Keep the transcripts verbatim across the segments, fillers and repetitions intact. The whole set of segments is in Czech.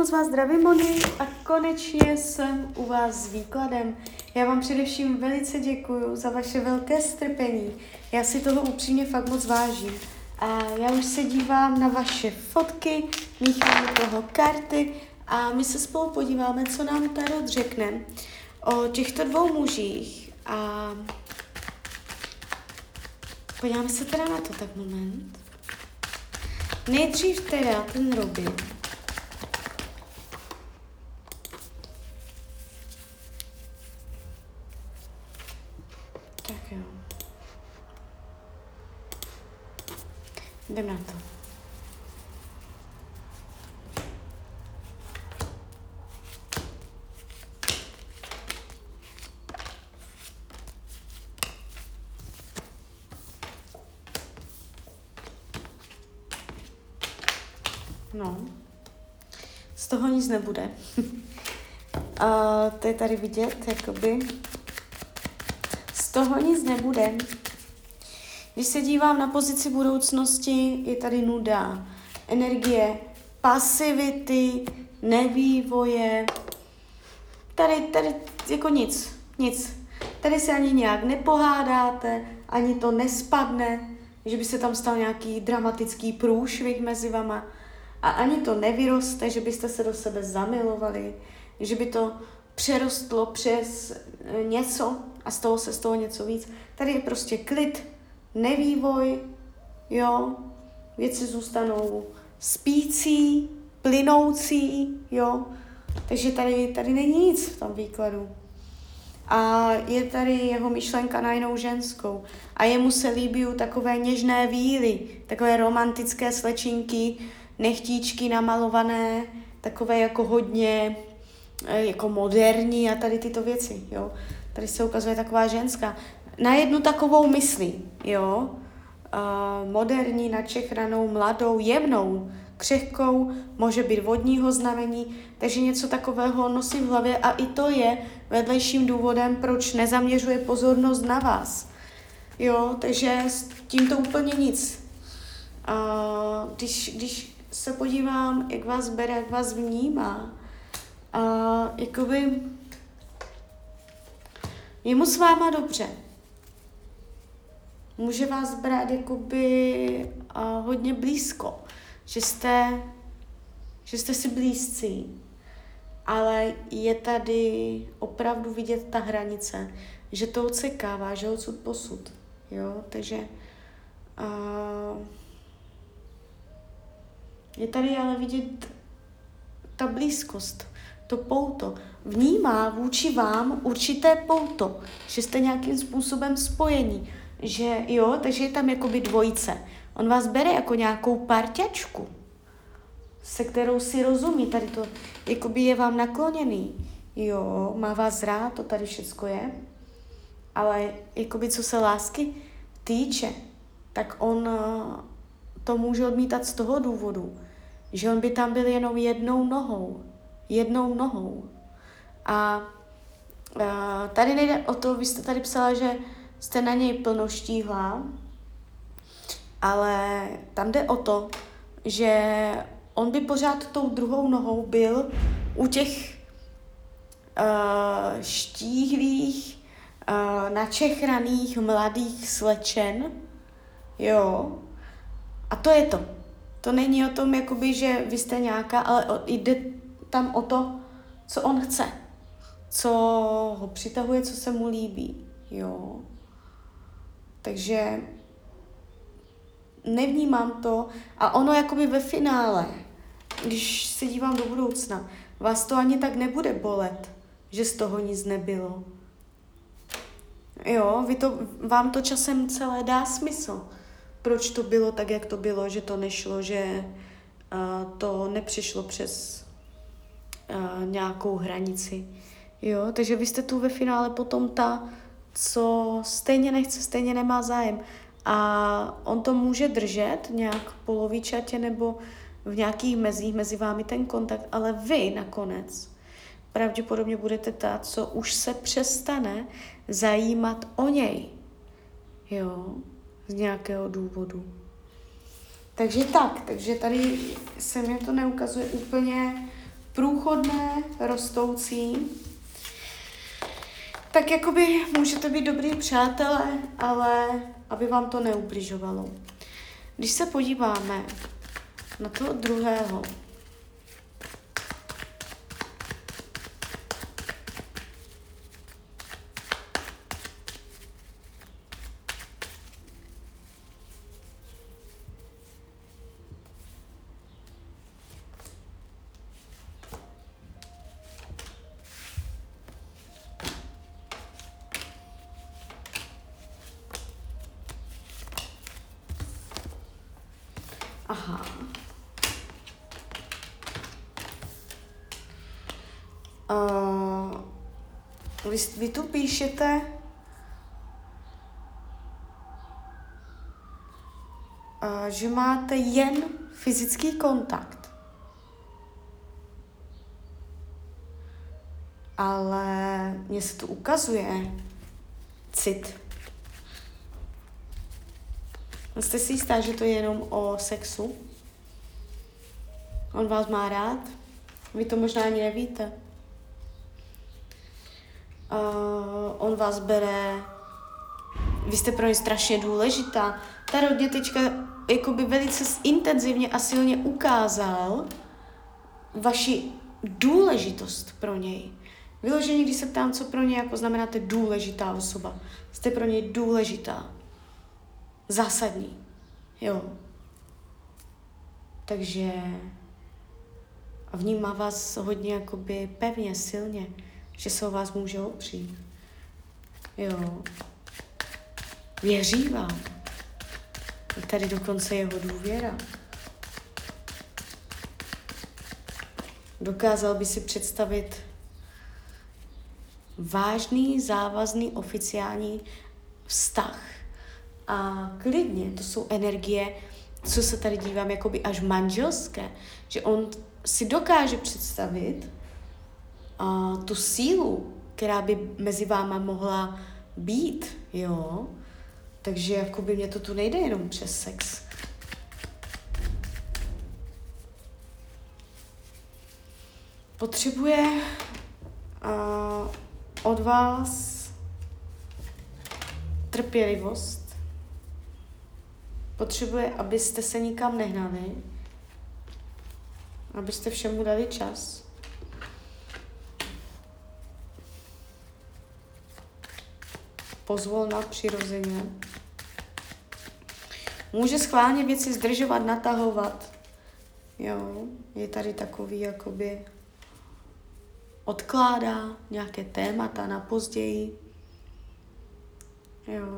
moc vás zdravím, Moni, a konečně jsem u vás s výkladem. Já vám především velice děkuju za vaše velké strpení. Já si toho upřímně fakt moc vážím. A já už se dívám na vaše fotky, míchám do toho karty a my se spolu podíváme, co nám Tarot řekne o těchto dvou mužích. A podíváme se teda na to, tak moment. Nejdřív teda ten Robin. Tak jo. Jdem na to. No, z toho nic nebude. A to je tady vidět, jakoby. Z toho nic nebude. Když se dívám na pozici budoucnosti, je tady nuda, energie, pasivity, nevývoje. Tady, tady jako nic, nic. Tady se ani nějak nepohádáte, ani to nespadne, že by se tam stal nějaký dramatický průšvih mezi vama. A ani to nevyroste, že byste se do sebe zamilovali, že by to přerostlo přes něco a stalo se z toho něco víc. Tady je prostě klid, nevývoj, jo, věci zůstanou spící, plynoucí, jo, takže tady, tady není nic v tom výkladu. A je tady jeho myšlenka na jinou ženskou. A jemu se líbí takové něžné víly, takové romantické slečinky, nechtíčky namalované, takové jako hodně jako moderní a tady tyto věci, jo. Tady se ukazuje taková ženská. Na jednu takovou myslí, jo. Uh, moderní, načechranou, mladou, jemnou, křehkou, může být vodního znamení, takže něco takového nosí v hlavě a i to je vedlejším důvodem, proč nezaměřuje pozornost na vás. Jo, takže s tímto úplně nic. Uh, když, když se podívám, jak vás bere, jak vás vnímá, uh, jakoby je mu s váma dobře. Může vás brát jakoby uh, hodně blízko, že jste, že jste si blízcí, ale je tady opravdu vidět ta hranice, že to odsekává, že odsud posud, jo, takže uh, je tady ale vidět ta blízkost, to pouto. Vnímá vůči vám určité pouto, že jste nějakým způsobem spojení, že jo, takže je tam jakoby dvojice. On vás bere jako nějakou parťačku, se kterou si rozumí, tady to jakoby je vám nakloněný, jo, má vás rád, to tady všecko je, ale jakoby co se lásky týče, tak on to může odmítat z toho důvodu, že on by tam byl jenom jednou nohou, jednou nohou. A, a tady nejde o to, vy jste tady psala, že jste na něj plnoštíhlá, ale tam jde o to, že on by pořád tou druhou nohou byl u těch uh, štíhlých, uh, načechraných, mladých slečen, jo, a to je to. To není o tom, jakoby, že vy jste nějaká, ale o, jde tam o to, co on chce, co ho přitahuje, co se mu líbí, jo. Takže nevnímám to a ono jakoby ve finále, když se dívám do budoucna, vás to ani tak nebude bolet, že z toho nic nebylo. Jo, vy to, vám to časem celé dá smysl. Proč to bylo tak, jak to bylo, že to nešlo, že uh, to nepřišlo přes uh, nějakou hranici. Jo, takže vy jste tu ve finále potom ta, co stejně nechce, stejně nemá zájem. A on to může držet nějak polovičatě nebo v nějakých mezích mezi vámi ten kontakt, ale vy nakonec pravděpodobně budete ta, co už se přestane zajímat o něj. Jo, z nějakého důvodu. Takže tak, takže tady se mi to neukazuje úplně průchodné, rostoucí. Tak jakoby můžete být dobrý přátelé, ale aby vám to neubližovalo. Když se podíváme na toho druhého, aha. Uh, vy, vy tu píšete, uh, že máte jen fyzický kontakt. Ale mně se tu ukazuje cit. Jste si jistá, že to je jenom o sexu? On vás má rád? Vy to možná ani nevíte. Uh, on vás bere, vy jste pro ně strašně důležitá. Ta rodně teďka jakoby velice intenzivně a silně ukázal vaši důležitost pro něj. Vyloženě, když se ptám, co pro něj jako znamenáte důležitá osoba. Jste pro něj důležitá. Zásadní. Jo. Takže vnímá vás hodně jakoby pevně, silně, že se o vás může opřít. Jo. Věří vám. Je tady dokonce jeho důvěra. Dokázal by si představit vážný, závazný, oficiální vztah. A klidně, to jsou energie, co se tady dívám, jakoby až manželské, že on si dokáže představit uh, tu sílu, která by mezi váma mohla být, jo. Takže jakoby mě to tu nejde jenom přes sex. Potřebuje uh, od vás trpělivost. Potřebuje, abyste se nikam nehnali, abyste všemu dali čas. Pozvolna, přirozeně. Může schválně věci zdržovat, natahovat. Jo, je tady takový, jakoby odkládá nějaké témata na později. Jo.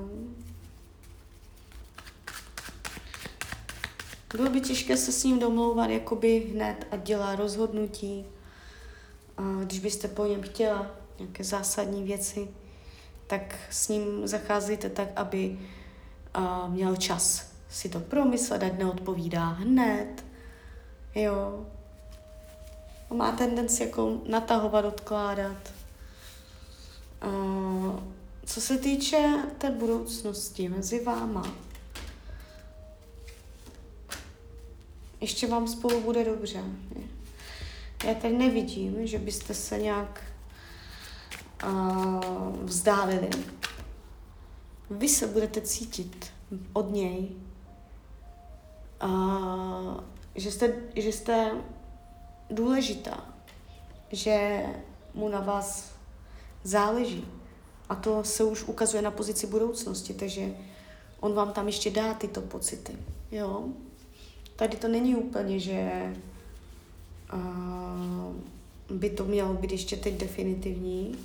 Bylo by těžké se s ním domlouvat jakoby hned a dělá rozhodnutí. A když byste po něm chtěla nějaké zásadní věci, tak s ním zacházíte tak, aby a, měl čas si to promyslet, ať neodpovídá hned. Jo. A má tendenci jako natahovat, odkládat. A, co se týče té budoucnosti mezi váma, ještě vám spolu bude dobře. Já tady nevidím, že byste se nějak uh, vzdálili. Vy se budete cítit od něj, uh, že, jste, že jste důležitá, že mu na vás záleží. A to se už ukazuje na pozici budoucnosti, takže on vám tam ještě dá tyto pocity. Jo? Tady to není úplně, že uh, by to mělo být ještě teď definitivní.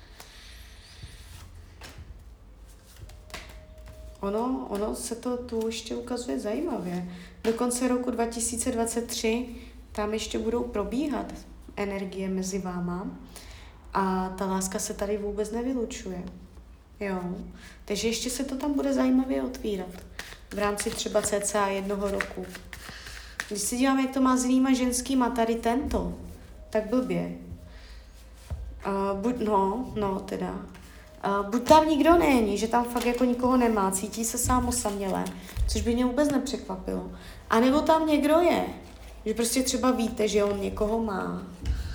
Ono, ono se to tu ještě ukazuje zajímavě. Do konce roku dva tisíce dvacet tři tam ještě budou probíhat energie mezi váma a ta láska se tady vůbec nevylučuje. Jo. Takže ještě se to tam bude zajímavě otvírat. V rámci třeba cca jednoho roku. Když si dívám, jak to má s jinýma ženskýma, tady tento, tak blbě. Uh, buď, no, no teda. Uh, buď tam nikdo není, že tam fakt jako nikoho nemá, cítí se sám osamělé, což by mě vůbec nepřekvapilo. A nebo tam někdo je, že prostě třeba víte, že on někoho má.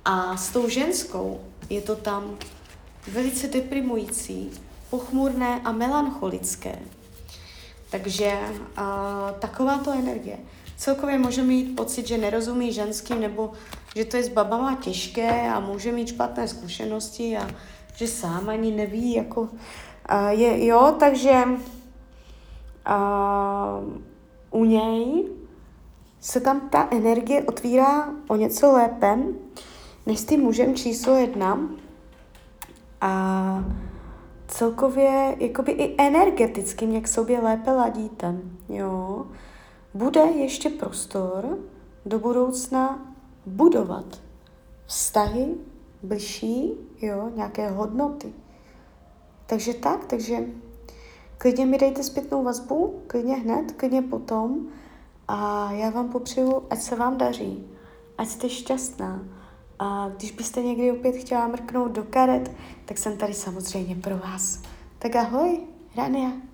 A s tou ženskou je to tam velice deprimující, pochmurné a melancholické. Takže uh, takováto energie. Celkově může mít pocit, že nerozumí ženským, nebo že to je s babama těžké a může mít špatné zkušenosti a že sám ani neví, jako uh, je, jo, takže uh, u něj se tam ta energie otvírá o něco lépe, než s tím mužem číslo jedna. A celkově jakoby i energeticky mě k sobě lépe ladíte, jo. Bude ještě prostor do budoucna budovat vztahy bližší, jo, nějaké hodnoty. Takže tak, takže klidně mi dejte zpětnou vazbu, klidně hned, klidně potom a já vám popřeju, ať se vám daří, ať jste šťastná. A když byste někdy opět chtěla mrknout do karet, tak jsem tady samozřejmě pro vás. Tak ahoj, Rania.